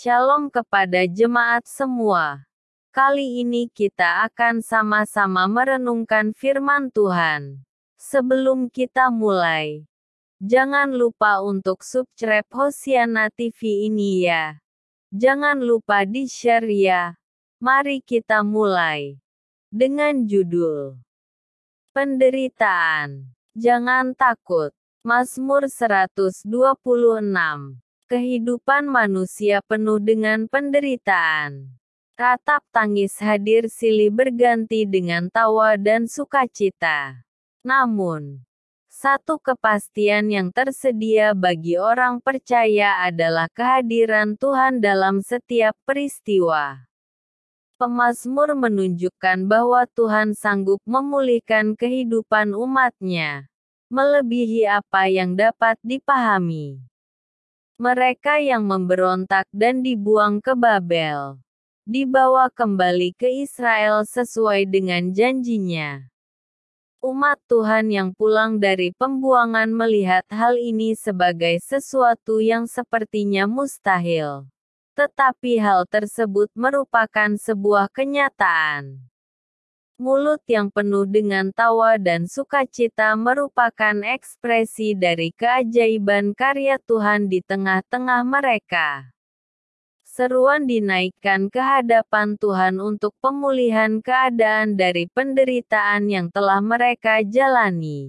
Shalom kepada jemaat semua. Kali ini kita akan sama-sama merenungkan firman Tuhan. Sebelum kita mulai, jangan lupa untuk subscribe Hosiana TV ini ya. Jangan lupa di-share ya. Mari kita mulai. Dengan judul Penderitaan. Jangan takut. Mazmur 126. Kehidupan manusia penuh dengan penderitaan. Ratap tangis hadir silih berganti dengan tawa dan sukacita. Namun, satu kepastian yang tersedia bagi orang percaya adalah kehadiran Tuhan dalam setiap peristiwa. Pemazmur menunjukkan bahwa Tuhan sanggup memulihkan kehidupan umat-Nya, melebihi apa yang dapat dipahami. Mereka yang memberontak dan dibuang ke Babel, dibawa kembali ke Israel sesuai dengan janjinya. Umat Tuhan yang pulang dari pembuangan melihat hal ini sebagai sesuatu yang sepertinya mustahil. Tetapi hal tersebut merupakan sebuah kenyataan. Mulut yang penuh dengan tawa dan sukacita merupakan ekspresi dari keajaiban karya Tuhan di tengah-tengah mereka. Seruan dinaikkan ke hadapan Tuhan untuk pemulihan keadaan dari penderitaan yang telah mereka jalani.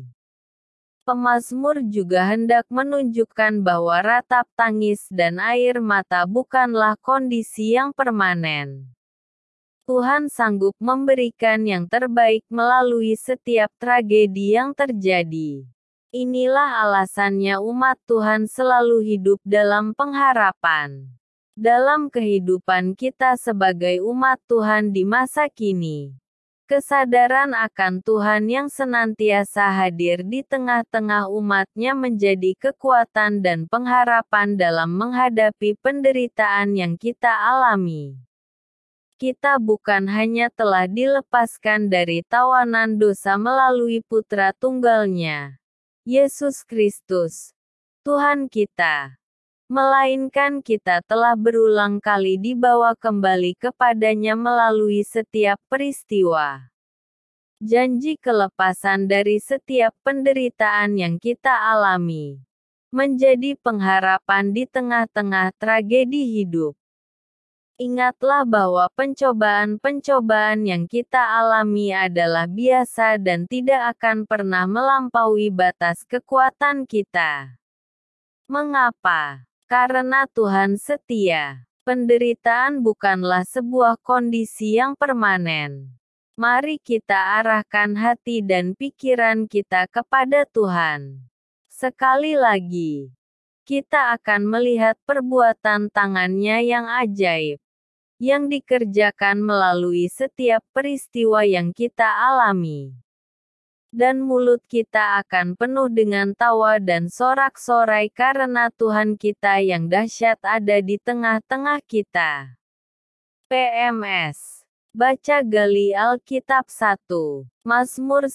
Pemazmur juga hendak menunjukkan bahwa ratap tangis dan air mata bukanlah kondisi yang permanen. Tuhan sanggup memberikan yang terbaik melalui setiap tragedi yang terjadi. Inilah alasannya umat Tuhan selalu hidup dalam pengharapan. Dalam kehidupan kita sebagai umat Tuhan di masa kini, kesadaran akan Tuhan yang senantiasa hadir di tengah-tengah umat-Nya menjadi kekuatan dan pengharapan dalam menghadapi penderitaan yang kita alami. Kita bukan hanya telah dilepaskan dari tawanan dosa melalui Putra Tunggal-Nya, Yesus Kristus, Tuhan kita, melainkan kita telah berulang kali dibawa kembali kepada-Nya melalui setiap peristiwa. Janji kelepasan dari setiap penderitaan yang kita alami menjadi pengharapan di tengah-tengah tragedi hidup. Ingatlah bahwa pencobaan-pencobaan yang kita alami adalah biasa dan tidak akan pernah melampaui batas kekuatan kita. Mengapa? Karena Tuhan setia. Penderitaan bukanlah sebuah kondisi yang permanen. Mari kita arahkan hati dan pikiran kita kepada Tuhan. Sekali lagi, kita akan melihat perbuatan tangan-Nya yang ajaib, yang dikerjakan melalui setiap peristiwa yang kita alami. Dan mulut kita akan penuh dengan tawa dan sorak-sorai karena Tuhan kita yang dahsyat ada di tengah-tengah kita. PMS. Baca gali Alkitab 1. Mazmur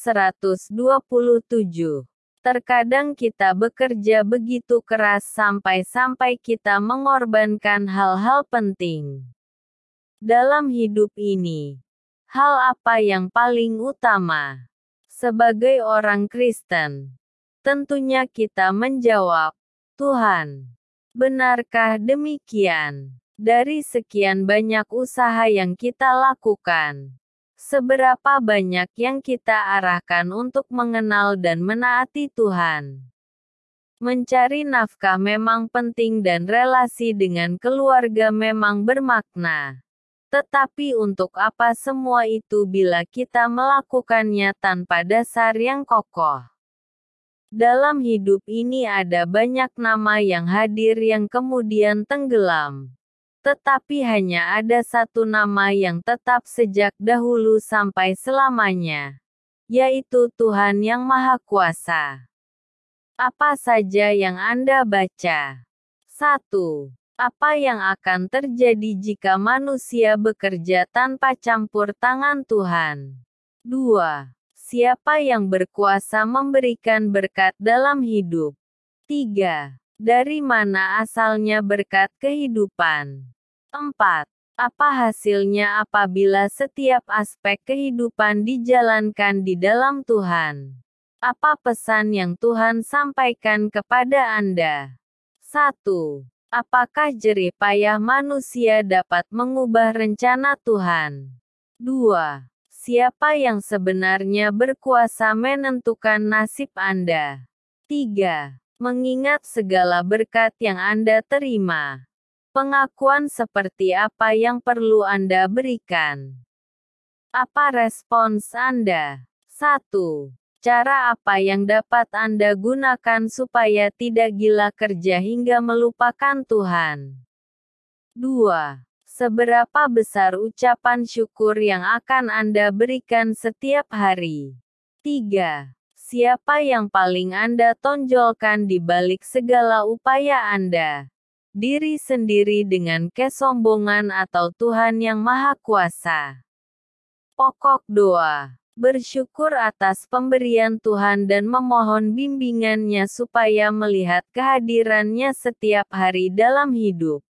127. Terkadang kita bekerja begitu keras sampai-sampai kita mengorbankan hal-hal penting dalam hidup ini. Hal apa yang paling utama? Sebagai orang Kristen, tentunya kita menjawab, Tuhan. Benarkah demikian? Dari sekian banyak usaha yang kita lakukan, seberapa banyak yang kita arahkan untuk mengenal dan menaati Tuhan? Mencari nafkah memang penting dan relasi dengan keluarga memang bermakna. Tetapi untuk apa semua itu bila kita melakukannya tanpa dasar yang kokoh? Dalam hidup ini ada banyak nama yang hadir yang kemudian tenggelam. Tetapi hanya ada satu nama yang tetap sejak dahulu sampai selamanya, yaitu Tuhan yang Maha Kuasa. Apa saja yang Anda baca? 1. Apa yang akan terjadi jika manusia bekerja tanpa campur tangan Tuhan? 2. Siapa yang berkuasa memberikan berkat dalam hidup? 3. Dari mana asalnya berkat kehidupan? 4. Apa hasilnya apabila setiap aspek kehidupan dijalankan di dalam Tuhan? Apa pesan yang Tuhan sampaikan kepada Anda? 1. Apakah jerih payah manusia dapat mengubah rencana Tuhan? 2. Siapa yang sebenarnya berkuasa menentukan nasib Anda? 3. Mengingat segala berkat yang Anda terima, pengakuan seperti apa yang perlu Anda berikan? Apa respons Anda? 1. Cara apa yang dapat Anda gunakan supaya tidak gila kerja hingga melupakan Tuhan? 2. Seberapa besar ucapan syukur yang akan Anda berikan setiap hari? 3. Siapa yang paling Anda tonjolkan di balik segala upaya Anda? Diri sendiri dengan kesombongan atau Tuhan yang Maha Kuasa? Pokok doa. Bersyukur atas pemberian Tuhan dan memohon bimbingannya supaya melihat kehadirannya setiap hari dalam hidup.